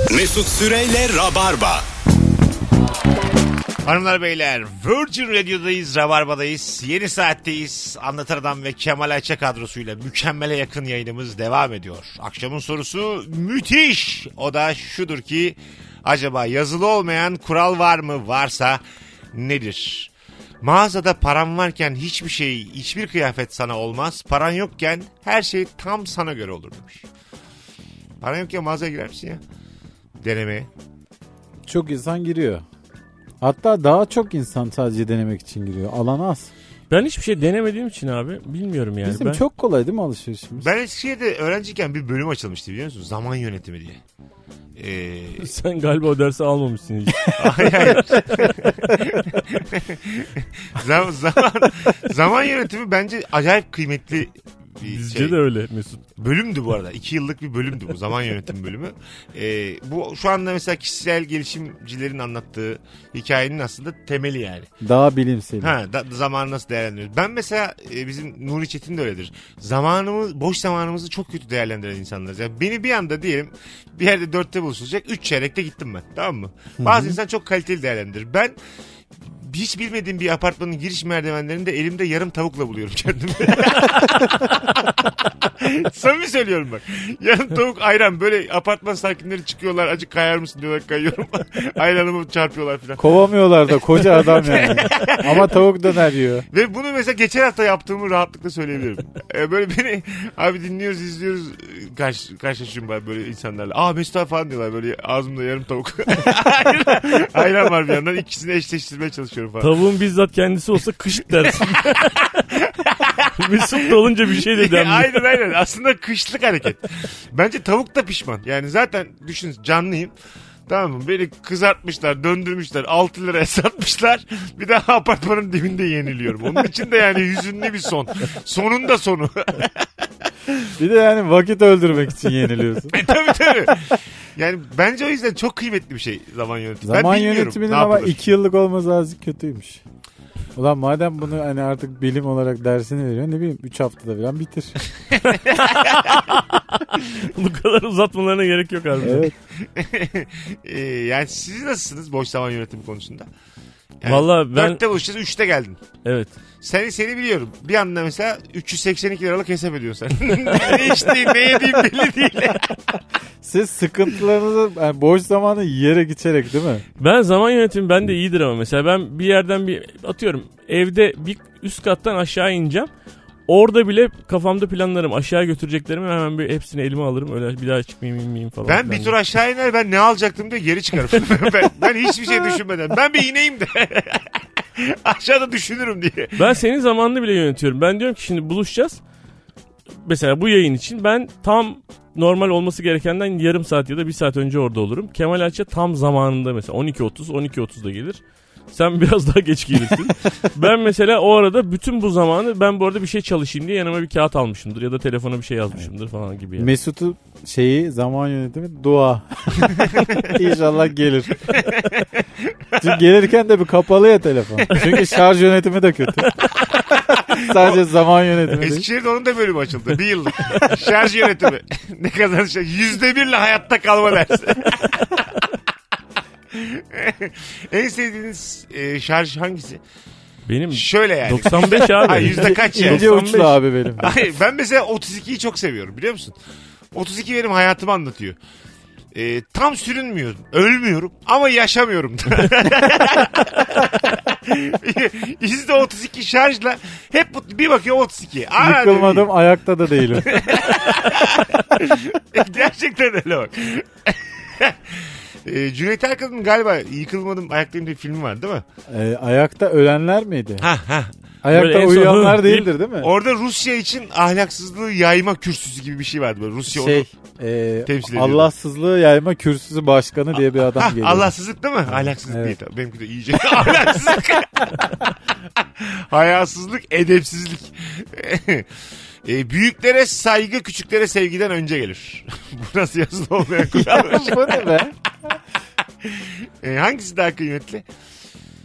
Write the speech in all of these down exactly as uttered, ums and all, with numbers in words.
Mesut Süreyle Rabarba. Hanımlar beyler, Virgin Radio'dayız, Rabarba'dayız. Yeni saatteyiz. Anlatan Adam ve Kemal Ayça kadrosuyla mükemmele yakın yayınımız devam ediyor. Akşamın sorusu müthiş. O da şudur ki, acaba yazılı olmayan kural var mı? Varsa nedir? Mağazada paran varken hiçbir şey, hiçbir kıyafet sana olmaz. Paran yokken her şey tam sana göre olur demiş. Paran yokken mağazaya girer misin ya? Denemeye. Çok insan giriyor. Hatta daha çok insan sadece denemek için giriyor. Alan az. Ben hiçbir şey denemediğim için abi bilmiyorum yani. Bizim ben... çok kolay değil mi alışverişimiz? Ben Eskişehir'de öğrenciyken bir bölüm açılmıştı, biliyor musun? Zaman yönetimi diye. Ee... Sen galiba o dersi almamışsın hiç. Hayır hayır. zaman, zaman, zaman yönetimi bence acayip kıymetli bir Bizce şey. de öyle Mesut. Bölümdü bu arada. İki yıllık bir bölümdü bu zaman yönetimi bölümü. Ee, bu şu anda mesela kişisel gelişimcilerin anlattığı hikayenin aslında temeli yani. Daha bilimsel. Ha, da, zamanı nasıl değerlendiriyoruz? Ben mesela e, bizim Nuri Çetin de öyledir. Zamanımı, boş zamanımızı çok kötü değerlendiren insanlarız. Yani beni bir anda diyelim bir yerde dörtte buluşulacak, üç çeyrekte gittim ben. Tamam mı? Bazı Hı-hı. insan çok kaliteli değerlendirir. Ben hiç bilmediğim bir apartmanın giriş merdivenlerinde elimde yarım tavukla buluyorum kendimi. Samimi söylüyorum bak. Yarım tavuk ayran, böyle apartman sakinleri çıkıyorlar, acık kayar mısın diyorlar, kayıyorum. Ayranımı çarpıyorlar falan. Kovamıyorlar da, koca adam yani. Ama tavuk döner yiyor. Ve bunu mesela geçen hafta yaptığımı rahatlıkla söyleyebilirim. Ee, böyle beni abi dinliyoruz, izliyoruz, karş, karşılaşıyorum ben böyle insanlarla. Aa Mesut abi falan diyorlar, böyle ağzımda yarım tavuk. ayran, ayran var bir yandan, ikisini eşleştirmeye çalışıyorum falan. Tavuğun bizzat kendisi olsa kışık dersin. Mesut da olunca bir şey de denmiyor. Aynen aynen. Aslında kışlık hareket. Bence tavuk da pişman. Yani zaten düşün, canlıyım. Tamam mı? Beni kızartmışlar, döndürmüşler, altı liraya satmışlar. Bir daha apartmanın dibinde yeniliyorum. Onun için de yani hüzünlü bir son. Sonun da sonu. Bir de yani vakit öldürmek için yeniliyorsun. e, tabii tabii. Yani bence o yüzden çok kıymetli bir şey zaman yönetimi. Zaman yönetiminin ama iki yıllık olması azıcık kötüymüş. Ulan madem bunu hani artık bilim olarak dersini veriyor, ne bileyim üç haftada falan bitir. Bu kadar uzatmalarına gerek yok abi. Evet. ee, yani siz nasılsınız boş zaman yönetimi konusunda? Yani vallahi ben... dörtte buluşacağız, üçte geldin. Evet. Seni seni biliyorum. Bir anda mesela üç yüz seksen iki liralık hesap ediyorsun sen. Ne içtiğin, ne yediğin belli değil. Siz sıkıntılarınızı yani boş zamanı yiyerek içerek değil mi? Ben zaman yönetimi bende iyidir ama mesela ben bir yerden bir atıyorum, evde bir üst kattan aşağı ineceğim. Orada bile kafamda planlarım, aşağı götüreceklerimi hemen bir hepsini elime alırım, öyle bir daha çıkmayayım inmeyeyim falan. Ben bir tur aşağı iner, ben ne alacaktım diye geri çıkarım. ben, ben hiçbir şey düşünmeden ben bir ineyim de aşağıda düşünürüm diye. Ben senin zamanını bile yönetiyorum. Ben diyorum ki şimdi buluşacağız. Mesela bu yayın için ben tam normal olması gerekenden yarım saat ya da bir saat önce orada olurum. Kemal Ayça tam zamanında mesela on iki otuz on iki otuzda gelir. Sen biraz daha geç gelirsin. Ben mesela o arada bütün bu zamanı, ben bu arada bir şey çalışayım diye yanıma bir kağıt almışımdır ya da telefona bir şey yazmışımdır falan gibi. Yani. Mesut'u şeyi, zaman yönetimi dua. İnşallah gelir. Çünkü gelirken de bir kapalı ya telefon. Çünkü şarj yönetimi de kötü. Sadece zaman yönetimi değil. Eskişehir'de onun da bölümü açıldı. Bir yıllık. Şarj yönetimi. Ne kadar şey. Yüzde birle hayatta kalma dersi. En sevdiğiniz e, şarj hangisi? Benim şöyle yani. doksan beş abi. Hayır, yüzde kaç ya? İnce uçlu abi benim. Hayır, ben mesela otuz ikiyi çok seviyorum, biliyor musun? otuz iki benim hayatımı anlatıyor. Ee, tam sürünmüyorum, ölmüyorum ama yaşamıyorum. yüzde otuz iki şarjla hep bir bakıyor otuz iki. Aa, yıkılmadım, ayakta da değilim. Gerçekten öyle bak. Ee, Cüneyt Arkın'ın galiba Yıkılmadım Ayaktayım diye filmi var değil mi? Ee, ayakta ölenler miydi? Ha ha. Ayakta böyle uyuyanlar son... değildir değil mi? Orada Rusya için ahlaksızlığı yayma kürsüsü gibi bir şey vardı böyle. Rusya şey, onu e, temsil ediyor. Allahsızlığı yayma kürsüsü başkanı diye bir adam ha, geliyor. Allahsızlık değil mi? Ahlaksızlık evet. değil tabii. Benimki de iyice ahlaksızlık. Hayasızlık, edepsizlik. E, büyüklere saygı, küçüklere sevgiden önce gelir. Bu nasıl yazılı olmayan kural? Bu ne be? E, hangisi daha kıymetli?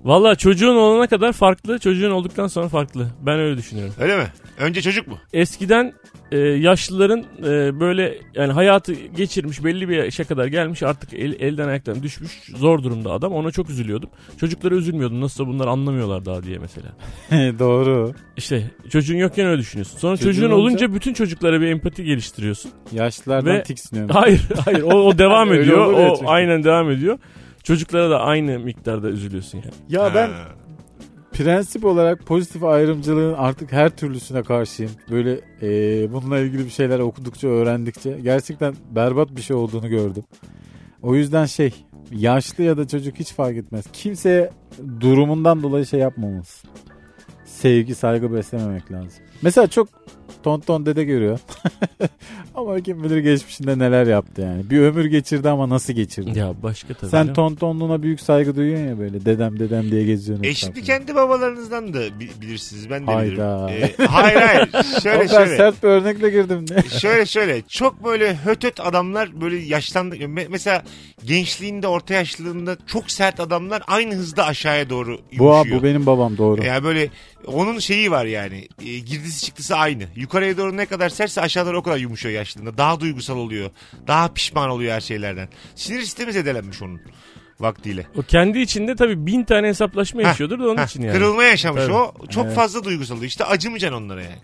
Valla çocuğun olana kadar farklı, çocuğun olduktan sonra farklı. Ben öyle düşünüyorum. Öyle mi? Önce çocuk mu? Eskiden e, yaşlıların e, böyle yani hayatı geçirmiş, belli bir yaşa kadar gelmiş, artık el, elden ayaktan düşmüş, zor durumda adam. Ona çok üzülüyordum. Çocuklara üzülmüyordum. Nasılsa bunlar anlamıyorlar daha diye mesela. Doğru. İşte çocuğun yokken öyle düşünüyorsun. Sonra Çocuğun çocuğun olunca- olunca bütün çocuklara bir empati geliştiriyorsun. Yaşlılardan Ve- tiksiniyorum. Hayır, hayır. O, o devam Öyle ediyor. olur ya O çünkü. aynen devam ediyor. Çocuklara da aynı miktarda üzülüyorsun yani. Ya ben Ha. prensip olarak pozitif ayrımcılığın artık her türlüsüne karşıyım. Böyle e, bununla ilgili bir şeyler okudukça, öğrendikçe gerçekten berbat bir şey olduğunu gördüm. O yüzden şey, yaşlı ya da çocuk hiç fark etmez. Kimseye durumundan dolayı şey yapmamalısın. Sevgi, saygı beslememek lazım. Mesela çok tonton dede görüyor. Ama kim bilir geçmişinde neler yaptı yani. Bir ömür geçirdi ama nasıl geçirdi? Ya başka tabii. Sen canım. tontonluğuna büyük saygı duyuyorsun ya böyle. Dedem dedem diye geziyorsun. Eşitli etrafında. kendi babalarınızdan da bi- bilirsiniz. Ben de Hayda. bilirim. Ee, hayır hayır. Şöyle Ama ben şöyle. sert bir örnekle girdim. Ne? Şöyle şöyle. Çok böyle hötöt adamlar böyle yaşlandı. Me- Mesela gençliğinde, orta yaşlılığında çok sert adamlar aynı hızda aşağıya doğru Bu abi, yumuşuyor. bu benim babam, doğru. Yani böyle onun şeyi var yani. E, girdisi çıktısı aynı. Yukarıya doğru ne kadar sertse aşağı doğru o kadar yumuşuyor yaşlılığında. Daha duygusal oluyor. Daha pişman oluyor her şeylerden. Sinir sistemi zedelenmiş onun vaktiyle. O kendi içinde tabii bin tane hesaplaşma Heh, yaşıyordur da onun Heh, için yani. Kırılma yaşamış Tabii. o. Çok Evet. fazla duygusal oluyor. İşte acımayacaksın onlara yani.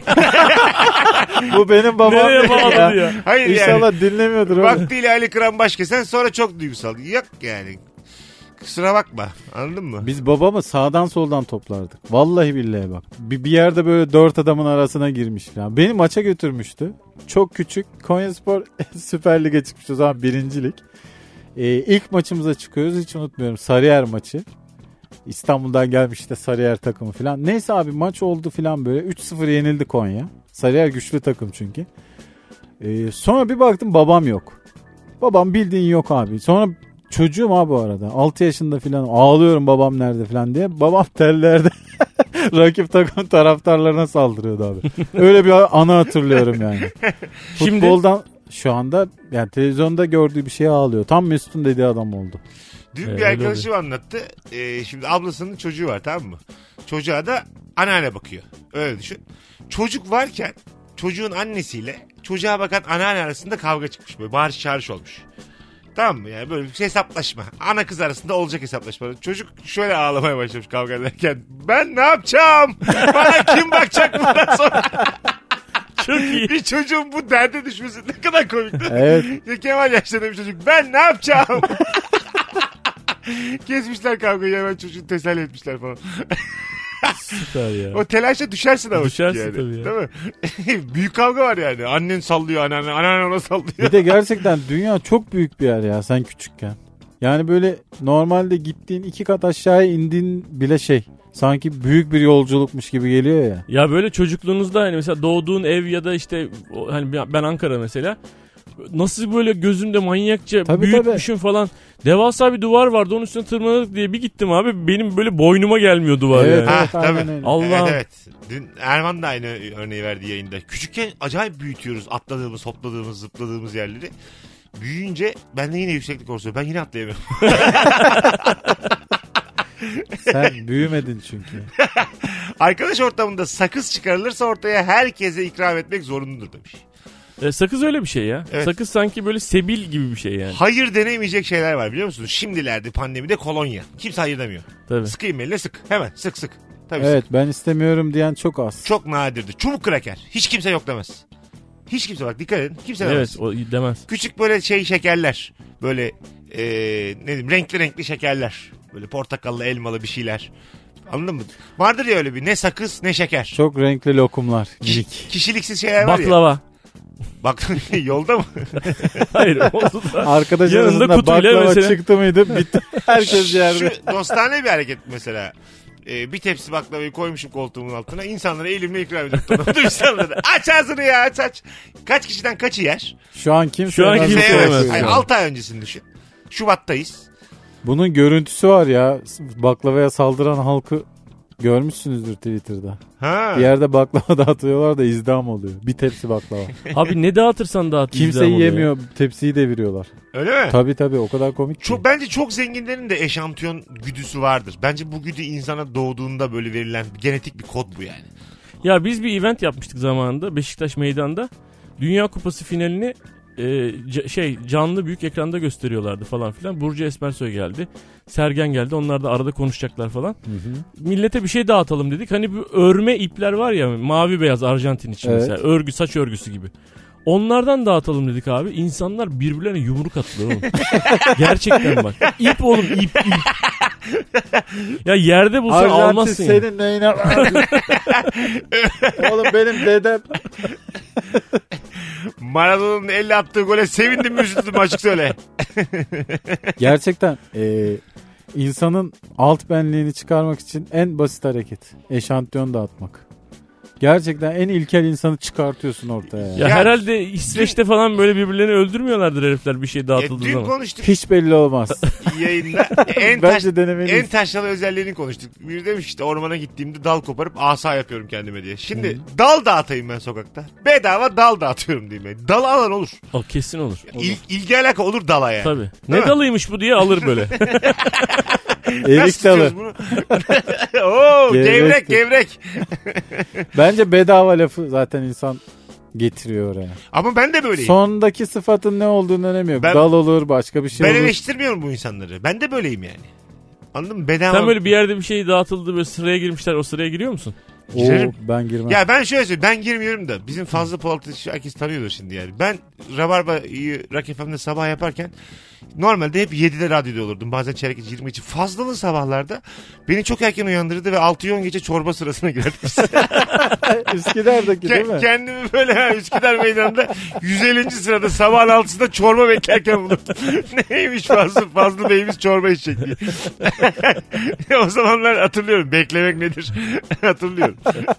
Bu benim babam. Nereye bağladı ya. ya? Hayır yani. İnşallah dinlemiyordur oğlum. Vaktiyle Ali Kıran başkesen sonra çok duygusal. Yok yani. Kusura bakma. Anladın mı? Biz babamı sağdan soldan toplardık. Vallahi billahi bak. Bir, bir yerde böyle dört adamın arasına girmiş falan. Beni maça götürmüştü. Çok küçük. Konyaspor Süper Lig'e çıkmış o zaman, birincilik. Ee, ilk maçımıza çıkıyoruz, hiç unutmuyorum. Sarıyer maçı. İstanbul'dan gelmiş de Sarıyer takımı falan. Neyse abi, maç oldu falan böyle. üç sıfır yenildi Konya. Sarıyer güçlü takım çünkü. Ee, sonra bir baktım babam yok. Babam bildiğin yok abi. Sonra çocuğum abi bu arada. altı yaşında falan, ağlıyorum babam nerede falan diye. Babam tellerde rakip takım taraftarlarına saldırıyordu abi. Öyle bir anı hatırlıyorum yani. Şimdi- Futboldan şu anda yani televizyonda gördüğü bir şeye ağlıyor. Tam Mesut'un dediği adam oldu. Dün Ee, bir arkadaşım anlattı. Ee, şimdi ablasının çocuğu var, tamam mı? Çocuğa da anneanne bakıyor. Öyle düşün. Çocuk varken çocuğun annesiyle çocuğa bakan anneanne arasında kavga çıkmış. Böyle bağırış çağırış olmuş. Tamam mı? Yani böyle bir hesaplaşma. Ana kız arasında olacak hesaplaşma. Çocuk şöyle ağlamaya başlamış kavga ederken. Ben ne yapacağım? Bana kim bakacak bundan sonra? Çok iyi. Bir çocuğun bu derde düşmesi ne kadar komik değil mi? Evet. Ya Kemal yaşlarında bir çocuk. Ben ne yapacağım? Kesmişler kavgayı, hemen çocuğu teselli etmişler falan. Süper ya. O telaşa düşersin ama. Düşersin yani. tabii ya. Değil mi? Büyük kavga var yani. Annen sallıyor, anneanne, anneanne ona sallıyor. Bir de gerçekten dünya çok büyük bir yer ya sen küçükken. Yani böyle normalde gittiğin iki kat aşağıya indiğin bile şey, sanki büyük bir yolculukmuş gibi geliyor ya. Ya böyle çocukluğunuzda hani mesela doğduğun ev ya da işte o- hani ben Ankara mesela, nasıl böyle gözümde manyakça Tabii, büyütmüşüm falan. Devasa bir duvar vardı, onun üstüne tırmanırdık diye bir gittim abi, benim böyle boynuma gelmiyor duvar Evet, yani. Ha, evet, aynen tabii. öyle. Allah. Evet, evet. Dün Erman da aynı örneği verdi yayında. Küçükken acayip büyütüyoruz atladığımız, hopladığımız, zıpladığımız yerleri. Büyüyünce bende yine yükseklik olsun. Ben yine atlayamıyorum. Sen büyümedin çünkü. Arkadaş ortamında sakız çıkarılırsa ortaya herkese ikram etmek zorunludur demiş. E, sakız öyle bir şey ya. Evet. Sakız sanki böyle sebil gibi bir şey yani. Hayır denemeyecek şeyler var biliyor musunuz? Şimdilerde pandemide kolonya. Kimse hayır demiyor. Tabii. Sıkayım eline, sık. Hemen sık sık. Tabii Evet, ben istemiyorum diyen çok az. sık. Çok nadirdir. Çubuk kraker. Hiç kimse yok demez. Hiç kimse, bak dikkat edin. Kimse demez. Evet, o demez. Küçük böyle şey şekerler. Böyle ee, ne diyeyim, renkli renkli şekerler. Böyle portakallı, elmalı bir şeyler. Anladın mı? Vardır ya öyle bir, ne sakız ne şeker. Çok renkli lokumlar. Minik. Kişiliksiz şeyler var ya. Baklava. Bak yolda mı? Hayır, oldu da. Arkadaş Yanında arasında kutuyla baklava mesela. çıktı mıydı bitti. Herkes yerde. Şu dostane bir hareket mesela. Ee, bir tepsi baklavayı koymuşum koltuğumun altına. İnsanlara elimle ikram ediyorum. Tanımadığım insanlara. Aç ağzını ya, aç aç. Kaç kişiden kaçı yer? Şu an kimse Şu an yemez. kimse Sevmez. yemez. Hayır, altı ay öncesini düşün. Şubat'tayız. Bunun görüntüsü var ya, baklavaya saldıran halkı Görmüşsünüzdür Twitter'da. Ha. Bir yerde baklava dağıtıyorlar da izdiham oluyor. Bir tepsi baklava. Abi ne dağıtırsan dağıt. Kimse yiyemiyor. Tepsiyi deviriyorlar. Öyle mi? Tabii tabii, o kadar komik ki. Çok, bence çok zenginlerin de eşantiyon güdüsü vardır. Bence bu güdü insana doğduğunda böyle verilen genetik bir kod bu yani. Ya biz bir event yapmıştık zamanında Beşiktaş Meydan'da. Dünya Kupası finalini e, c- şey canlı büyük ekranda gösteriyorlardı falan filan. Burcu Esmersoy geldi. Sergen geldi. Onlar da arada konuşacaklar falan. Hı hı. Millete bir şey dağıtalım dedik. Hani bu örme ipler var ya, mavi beyaz Arjantin için Evet. mesela. Örgü, saç örgüsü gibi. Onlardan dağıtalım dedik abi. İnsanlar birbirlerine yumruk attılar oğlum. Gerçekten bak. İp oğlum, ip ip. Ya yerde bulsa Arjantin almazsın ya. senin neyine Oğlum benim dedem. Maradona'nın elle attığı gole sevindim mi üzüldüm açık söyle. Gerçekten e, insanın alt benliğini çıkarmak için en basit hareket. Eşantiyon dağıtmak. Gerçekten en ilkel insanı çıkartıyorsun ortaya. Yani. Ya, Ya, herhalde İsveç'te falan böyle birbirlerini öldürmüyorlardır herifler bir şey E, dağıtıldığı dün zaman. konuştuk Hiç belli olmaz. yayında. En, taş, Bence denemeliyiz. en taşralı özelliğini konuştuk. Bir demiş işte ormana gittiğimde dal koparıp asa yapıyorum kendime diye. Şimdi Hı. dal dağıtayım ben sokakta. Bedava dal dağıtıyorum diyeyim. Ben. Dal alan olur. O kesin olur. İl, ilgi alaka olur dala yani. Tabii. Değil Ne mi? dalıymış bu diye alır böyle. Erik Nasıl dalı. tutuyoruz bunu? Oo, gevrek Gevrektir. gevrek. Bence bedava lafı zaten insan getiriyor oraya. Ama ben de böyleyim. Sondaki sıfatın ne olduğunu önemi yok. Ben- Dal olur, başka bir şey ben olur. eleştirmiyorum bu insanları. Ben de böyleyim yani. Anladın mı? Bedava. Sen böyle bir yerde bir şey dağıtıldı böyle sıraya girmişler, o sıraya giriyor musun? Oo, Girerim. ben girmem. Ya ben şöyle söyleyeyim, ben girmiyorum da bizim fazla Polat'ı herkes tanıyordur şimdi yani. Ben Rabarba'yı Rock F M'de sabah yaparken normalde hep yedide radyoda olurdum. Bazen çeyrek geçe yirmi geçe. Fazlalı sabahlarda beni çok erken uyandırırdı ve altı on gece çorba sırasına girerdim. Üsküdar'daki değil mi? Kendimi böyle ha, Üsküdar Meydanı'nda yüz ellinci sırada sabahın altısında çorba beklerken bulurdum. Neymiş fazla fazla beyimiz çorba içecek diye. O zamanlar hatırlıyorum. Beklemek nedir? Hatırlıyorum.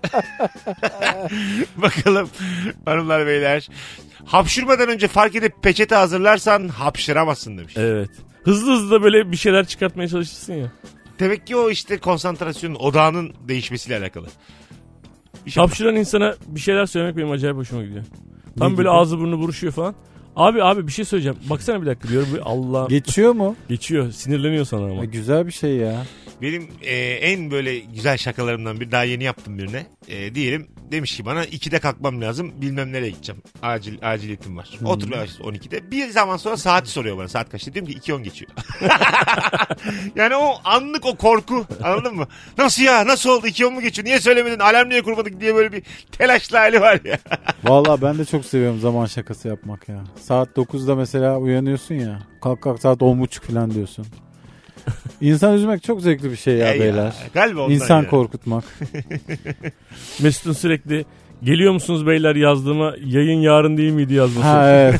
Bakalım hanımlar beyler. Hapşırmadan önce fark edip peçete hazırlarsan hapşıramazsın demiş. Evet. Hızlı hızlı da böyle bir şeyler çıkartmaya çalışırsın ya. Demek ki o işte konsantrasyonun, odağının değişmesiyle alakalı. Bir şey- Hapşıran insana bir şeyler söylemek benim acayip hoşuma gidiyor. Tam Ne böyle gibi? ağzı burnu buruşuyor falan. Abi abi bir şey söyleyeceğim. Baksana bir dakika diyorum. Allah Geçiyor mu? geçiyor. Sinirleniyor sana ama. E, güzel bir şey ya. Benim e, en böyle güzel şakalarımdan bir, daha yeni yaptım birine. E, diyelim demiş ki bana ikide kalkmam lazım, bilmem nereye gideceğim. Acil aciliyetim var. Hmm. Oturmaya başladı on ikide. Bir zaman sonra saati soruyor bana, saat kaçta? Diyorum ki iki on geçiyor. Yani o anlık o korku, anladın mı? Nasıl ya, nasıl oldu, iki on mu geçiyor, niye söylemedin, alarm niye kurmadık diye böyle bir telaşlı hali var ya. Vallahi ben de çok seviyorum zaman şakası yapmak ya. Saat dokuzda mesela uyanıyorsun ya. Kalk kalk saat on buçuk falan diyorsun. İnsan üzmek çok zevkli bir şey ya Ya, beyler. galiba ondan İnsan ya. korkutmak. Mesut'un sürekli geliyor musunuz beyler yazdığıma yayın yarın değil miydi yazması. Ha evet.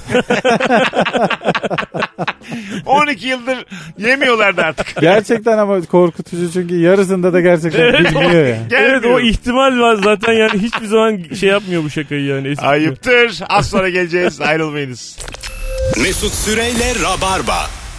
on iki yıldır yemiyorlardı artık. Gerçekten ama korkutucu çünkü yarısında da gerçekten Evet, bilmiyor ya. Evet, Gelmiyor. o ihtimal var zaten, yani hiçbir zaman şey yapmıyor bu şakayı yani. Esitmiyor. Ayıptır. Az sonra geleceğiz. Ayrılmayınız. Mesut Süreyle Rabarba.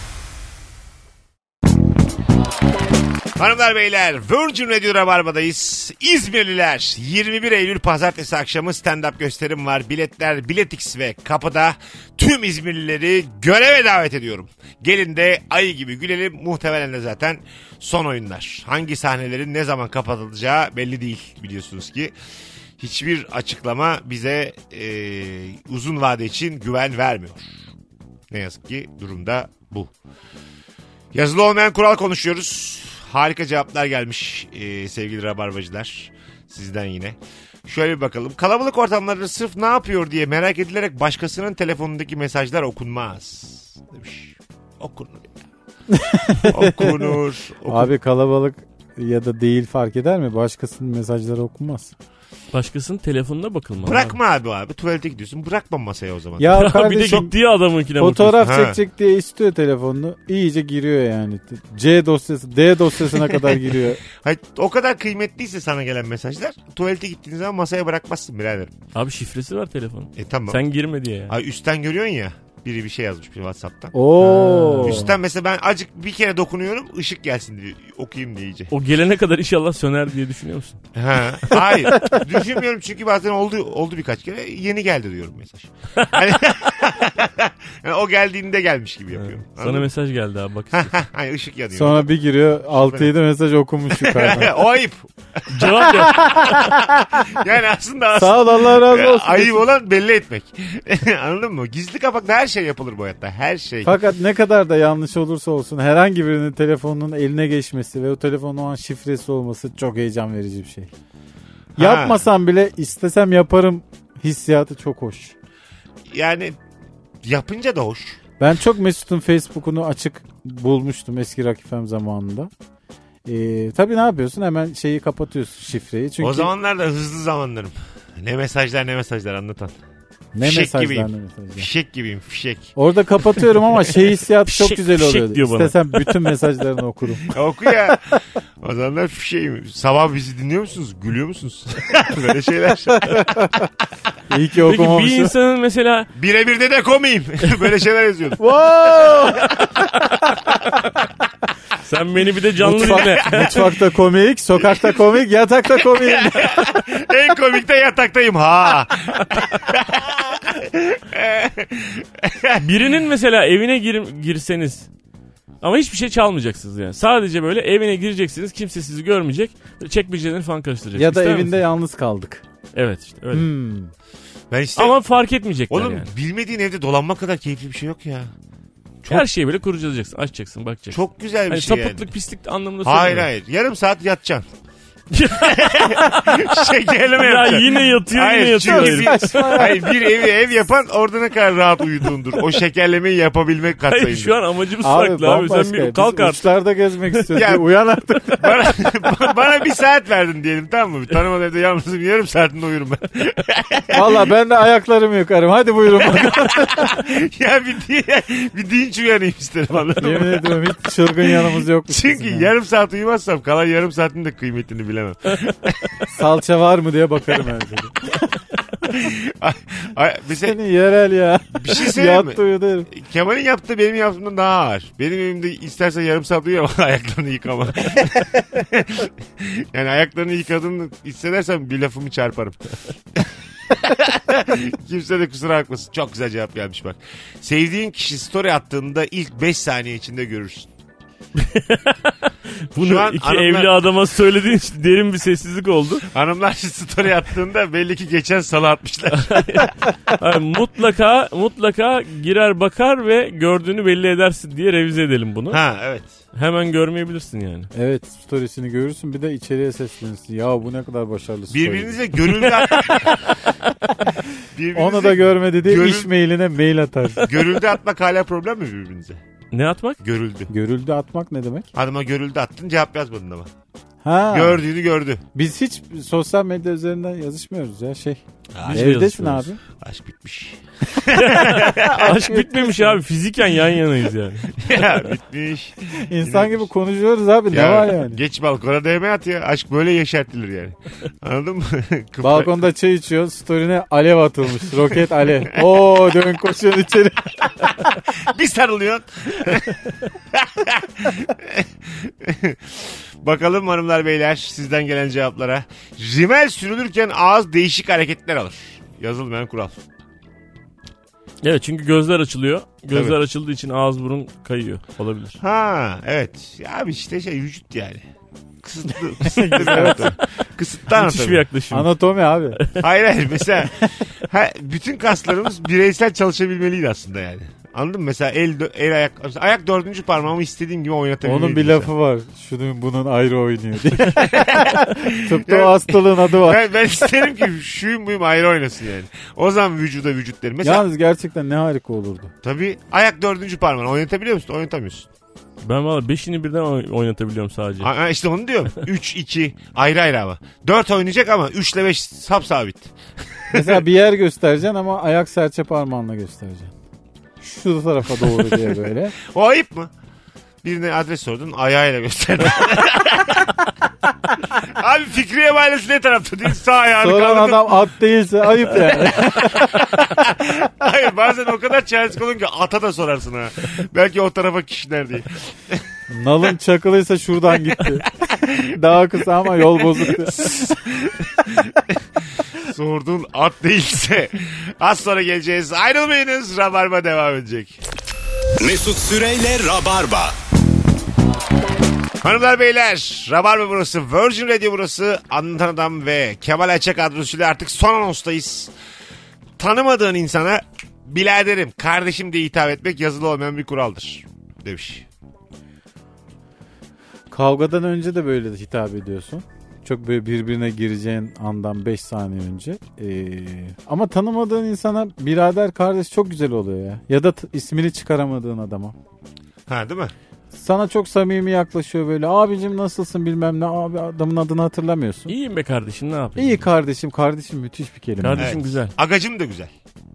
Hanımlar beyler, Virgin Radio Rabarba'dayız. İzmirliler, yirmi bir Eylül pazartesi akşamı stand-up gösterim var. Biletler Biletix ve kapıda. Tüm İzmirlileri göreve davet ediyorum. Gelin de ayı gibi gülelim. Muhtemelen de zaten son oyunlar. Hangi sahnelerin ne zaman kapatılacağı belli değil, biliyorsunuz ki. Hiçbir açıklama bize e, uzun vade için güven vermiyor. Ne yazık ki durumda bu. Yazılı olmayan kural konuşuyoruz. Harika cevaplar gelmiş ee, sevgili rabarbacılar. Sizden yine. Şöyle bir bakalım. Kalabalık ortamlarda sırf ne yapıyor diye merak edilerek başkasının telefonundaki mesajlar okunmaz. Demiş. Okunur ya. Okunur. Okunur. Abi kalabalık ya da değil fark eder mi? Başkasının mesajları okunmaz. Başkasının telefonuna bakılmaz. Bırakma abi abi. Tuvalete gidiyorsun. Bırakma masaya o zaman. Ya Abi. Bir de kardeşim gittiği adamınkine fotoğraf Ha. çekecek diye istiyor telefonunu. İyice giriyor yani. C dosyası, D dosyasına kadar giriyor. Hayır, o kadar kıymetliyse sana gelen mesajlar, tuvalete gittiğin zaman masaya bırakmazsın biraderim. Abi şifresi var telefonun. E tamam. Sen girme diye yani. Ay, üstten görüyorsun ya. Biri bir şey yazmış bir WhatsApp'tan. Oo. Üstten mesela ben acık bir kere dokunuyorum ışık gelsin diye okuyayım diye iyice. O gelene kadar inşallah söner diye düşünüyor musun? Ha, hayır. Düşünmüyorum çünkü bazen oldu oldu birkaç kere. Yeni geldi diyorum mesaj. Hani, yani o geldiğinde gelmiş gibi yapıyorum. Evet. Sana mesaj geldi abi bak. Hani ışık yanıyor. Sonra bir giriyor altı yedi mesaj okumuş yukarıdan. O ayıp. Cevap yok. Yani aslında, Sağ ol Allah razı olsun. ayıp olan belli etmek. Anladın mı? Gizli kapakla her şey yapılır bu hayatta. Her şey. Fakat ne kadar da yanlış olursa olsun herhangi birinin telefonunun eline geçmesi ve o telefonun o an şifresi olması çok heyecan verici bir şey. Ha. Yapmasam bile istesem yaparım hissiyatı çok hoş. Yani yapınca da hoş. Ben çok Mesut'un Facebook'unu açık bulmuştum eski Rock F M zamanında. Ee, tabii ne yapıyorsun? Hemen şeyi kapatıyorsun, şifreyi. Çünkü O zamanlar da hızlı zamanlarım. Ne mesajlar ne mesajlar anlatan. ne fişek mesajlar gibiyim. ne mesajlar. Fişek gibiyim fişek. Orada kapatıyorum ama şey hissiyatı çok Fişek, güzel fişek oluyordu. diyor bana. İstesem bütün mesajlarını okurum. Oku ya. O zamanlar fişeğim. Sabah bizi dinliyor musunuz? Gülüyor musunuz? Böyle şeyler. İyi ki Peki bir okumamışım. insanın mesela Birebir de de komiyim. Böyle şeyler yazıyordum. Wow! sen beni bir de canlı Mutfak, dinle. mutfakta komik, sokakta komik, yatakta komik. En komik de yataktayım ha. Birinin mesela evine gir, girseniz ama hiçbir şey çalmayacaksınız yani. Sadece böyle evine gireceksiniz. Kimse sizi görmeyecek. Çekmecelerini falan karıştıracak. Ya da İster evinde misin? yalnız kaldık. Evet işte öyle. Hmm. Ben işte Ama fark etmeyecekler oğlum yani. bilmediğin evde dolanma kadar keyifli bir şey yok ya. Çok- Her şeyi böyle kurcalayacaksın. Açacaksın bakacaksın. Çok güzel bir Hani şey sapıklık yani. pislik anlamında Hayır söylemiyorum. hayır. Yarım saat yatacaksın. Şekerleme Ya yapacaksın. yine yatıyor Hayır, yine yatıyor. çünkü herif. bir, hayır bir evi ev yapan orada ne kadar rahat uyuduğundur. O şekerlemeyi yapabilmek Hayır katsayındır. şu an amacımız Abi farklı abi. Sen bambaşka. bir kalk Biz artık. uçlarda gezmek istiyoruz. Ya- Bir uyan artık. bana, bana bir saat verdin diyelim tamam mı? Tanımadan evde yalnızım yarım saatinde uyurum ben. Valla ben de ayaklarımı yıkarım. Hadi buyurun. ya bir, din- bir dinç uyanayım isterim anladın Yemin mı? ediyorum hiç çılgın yanımız yok. Çünkü yarım saat uyumazsam kalan yarım saatin de kıymetini bilemem. Salça var mı diye bakarım her türlü. Ay, ay, mesela Senin yerel ya. bir şey söyleyeyim mi? Yattı uyudu herif. Kemal'in yaptığı benim yaptığımdan daha ağır. Benim evimde istersen yarım saat uyuyamam ayaklarını yıkama. Yani ayaklarını yıkadığımı hissedersem bir lafımı çarparım. Kimse de kusura bakmasın. Çok güzel cevap gelmiş bak. Sevdiğin kişi story attığında ilk beş saniye içinde görürsün. Şu Bunu an iki hanımlar- evli adama söylediğin için derin bir sessizlik oldu. Hanımlar story attığında belli ki geçen salı atmışlar. Yani mutlaka mutlaka girer bakar ve gördüğünü belli edersin diye revize edelim bunu. Ha evet. Hemen görmeyebilirsin yani. Evet storiesini görürsün bir de içeriye seslenirsin. Ya bu ne kadar başarılı story. Birbirinize gönülde Birbirinize Onu da görmedi diye Görül- iş mailine mail atar. görülde atmak hala problem mi birbirinize? Ne atmak? Görüldü. Görüldü atmak ne demek? Hanıma görüldü attın cevap yazmadın ama. Ha. Gördüğünü gördü. Biz hiç sosyal medya üzerinden yazışmıyoruz ya şey. Biz de Evdesin abi. yazışıyoruz. Aşk bitmiş. Aşk bitmemiş abi. Fiziken yan yanayız yani. ya bitmiş. İnsan gibi konuşuyoruz abi ne Ya, var yani. Geç balkona D M at ya. Aşk böyle yeşertilir yani. Anladın mı? Kıpra- Balkonda çay içiyorsun story'ne alev atılmış. Roket alev. Oo dön koşuyorsun içeri. Bir sarılıyorsun. Bakalım hanımlar beyler sizden gelen cevaplara. Rimel sürülürken ağız değişik hareketler alır. Yazılmayan kural. Evet çünkü gözler açılıyor. Gözler Tabii. açıldığı için ağız burun kayıyor. Olabilir. Ha evet. Ya abi işte şey vücut yani. Kısıtlı, kısıtlı bir anatomi. Kısıtlı Müthiş bir anatomi. yaklaşım. Anatomi abi. Hayır hayır mesela ha, bütün kaslarımız bireysel çalışabilmeliydi aslında yani. Anladın mı? Mesela el, dö- el ayak, mesela ayak dördüncü parmağımı istediğim gibi oynatabilmeliydim. Onun bir mesela. lafı var. Şunun bunun ayrı oynuyor diye. Tıpta o hastalığın adı var. Ben, ben isterim ki şuyum buyum ayrı oynasın yani. O zaman vücuda vücut derim. Mesela Yalnız gerçekten ne harika olurdu. tabii ayak dördüncü parmağını oynatabiliyor musun? Oynatamıyorsun. Ben valla beşini birden oy- oynatabiliyorum sadece. Ha, ha, işte onu diyorum. üç iki ayrı ayrı ama. dört oynayacak ama üç ile beş sapsabit. Mesela bir yer göstereceksin ama ayak serçe parmağınla göstereceksin. Şu tarafa doğru diye böyle. O ayıp mı? Birine adres sordun ayağıyla gösterdi. Abi Fikriye Mahallesi ne tarafta değil sağ ayağını Soran kaldırdın. adam at değilse ayıp yani. Hayır bazen o kadar çaresiz kalın ki ata da sorarsın ha. Belki o tarafa kişiler diye. Nalın çakılıysa şuradan gitti. Daha kısa ama yol bozuktu. Sorduğun at değilse. Az sonra geleceğiz. Ayrılmayınız. Rabarba devam edecek. Mesut Süreyle Rabarba. Hanımlar beyler, Rabarba burası, Virgin Radio burası. Anlatan Adam ve Kemal Ayça kadrosuyla artık son anonstayız. Tanımadığın insana biraderim, kardeşim diye hitap etmek yazılı olmayan bir kuraldır demiş. Kavgadan önce de böyle de hitap ediyorsun. Çok böyle birbirine gireceğin andan beş saniye önce. Ee, ama tanımadığın insana birader, kardeş çok güzel oluyor ya. Ya da t- ismini çıkaramadığın adama. Ha değil mi? Sana çok samimi yaklaşıyor böyle. Abicim nasılsın bilmem ne. Abi adamın adını hatırlamıyorsun. İyiyim be kardeşim, ne yapayım? İyi kardeşim. Kardeşim müthiş bir kelime. Kardeşim Evet. güzel. Agacım da güzel.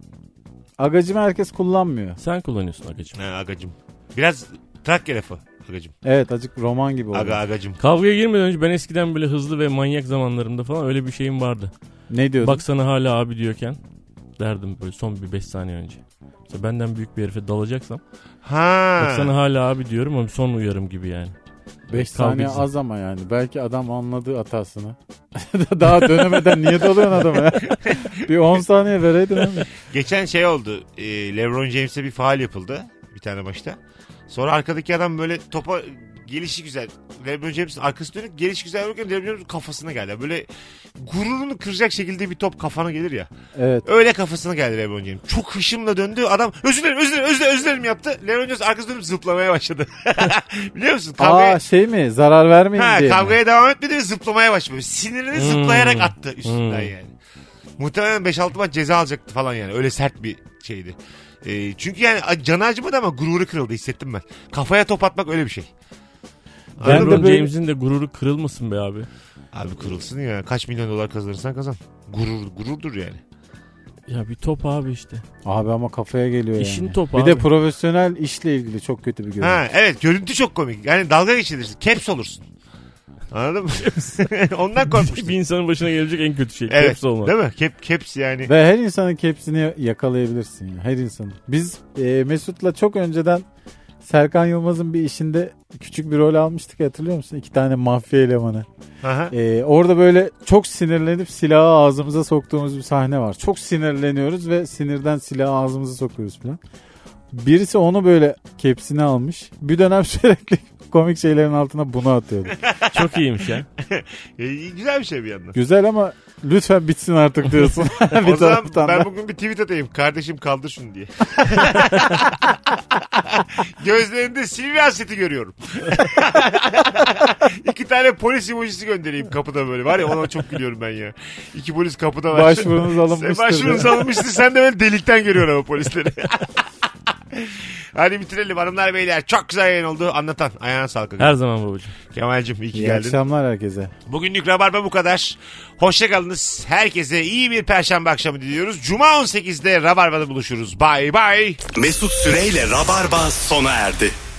Agacım herkes kullanmıyor. Sen kullanıyorsun agacım. Ha, agacım. Biraz Trakya lafı agacım. Evet, azıcık roman gibi oluyor. Aga agacım. Kavgaya girmeden önce ben eskiden böyle hızlı ve manyak zamanlarımda falan öyle bir şeyim vardı. Ne diyordun? Bak sana hala abi diyorken derdim böyle son bir beş saniye önce. Mesela benden büyük bir herife dalacaksam Ha. bak sana hala abi diyorum ama son uyarım gibi yani. beş Kavga saniye etsin. az ama yani. Belki adam anladığı hatasını. Daha dönemeden niye dalıyorsun adama ya? Bir on saniye vereydin abi. Geçen şey oldu. E, LeBron James'e bir faul yapıldı. Bir tane maçta. Sonra arkadaki adam böyle topa gelişi güzel. LeBron James'in arkası dönük gelişi güzel vururken LeBron James'in kafasına geldi. Böyle gururunu kıracak şekilde bir top kafana gelir ya. Evet. Öyle kafasına geldi LeBron James. Çok hışımla döndü. Adam özür dilerim özür dilerim özür dilerim, özür dilerim yaptı. LeBron James arkası dönüp zıplamaya başladı. Biliyor musun? Kavgaya, Aa şey mi? Zarar vermeyin ha, diye mi? kavgaya devam etmedi ve zıplamaya başladı. Sinirini Hmm. zıplayarak attı üstünden Hmm. yani. Muhtemelen beş altı maç ceza alacaktı falan yani. Öyle sert bir şeydi. Ee, çünkü yani canı acımadı ama gururu kırıldı, hissettim ben. Kafaya top atmak öyle bir şey. Ben de LeBron böyle- James'in de gururu kırılmasın be abi. Abi kırılsın ya. Kaç milyon dolar kazanırsan kazan. Gurur, gururdur yani. Ya bir top abi işte. Abi ama kafaya geliyor İşin yani. topu Bir abi. de profesyonel işle ilgili çok kötü bir görüntü. Ha evet, görüntü çok komik. Yani dalga geçilirsin. Caps olursun. Anladın mı? Ondan korkmuştum. Bir insanın başına gelecek en kötü şey. Evet. Caps olmak. Değil mi? Cap, caps yani. Ve her insanın kepsini yakalayabilirsin ya. Her insanın. Biz e, Mesut'la çok önceden Serkan Yılmaz'ın bir işinde küçük bir rol almıştık, hatırlıyor musun? İki tane mafya elemanı. Aha. E, orada böyle çok sinirlenip silahı ağzımıza soktuğumuz bir sahne var. Çok sinirleniyoruz ve sinirden silahı ağzımıza sokuyoruz falan. Birisi onu böyle kepsine almış. Bir dönem sürekli komik şeylerin altına bunu atıyordu. Çok iyiymiş ya. E, güzel bir şey bir yandan. Güzel ama lütfen bitsin artık diyorsun. bir O zaman taraftan ben da. bugün bir tweet atayım. Kardeşim kaldır şunu diye. Gözlerinde Silvia Hasret'i görüyorum. İki tane polis emojisi göndereyim kapıda böyle. Var ya, ona çok gülüyorum ben ya. İki polis kapıda var. Başvurunuz alınmıştır. Başvurunuz alınmıştır. Sen de böyle delikten görüyorsun ama polisleri. Hadi bitirelim hanımlar beyler. Çok güzel yayın oldu. Anlatan. Ayağına sağlık. Her zaman babacığım. Kemal'cim iyi ki İyi geldin. akşamlar herkese. Bugünlük Rabarba bu kadar. Hoşçakalınız. Herkese iyi bir perşembe akşamı diliyoruz. Cuma on sekizde Rabarba'da buluşuruz. Bye bye. Mesut Süreyle Rabarba sona erdi.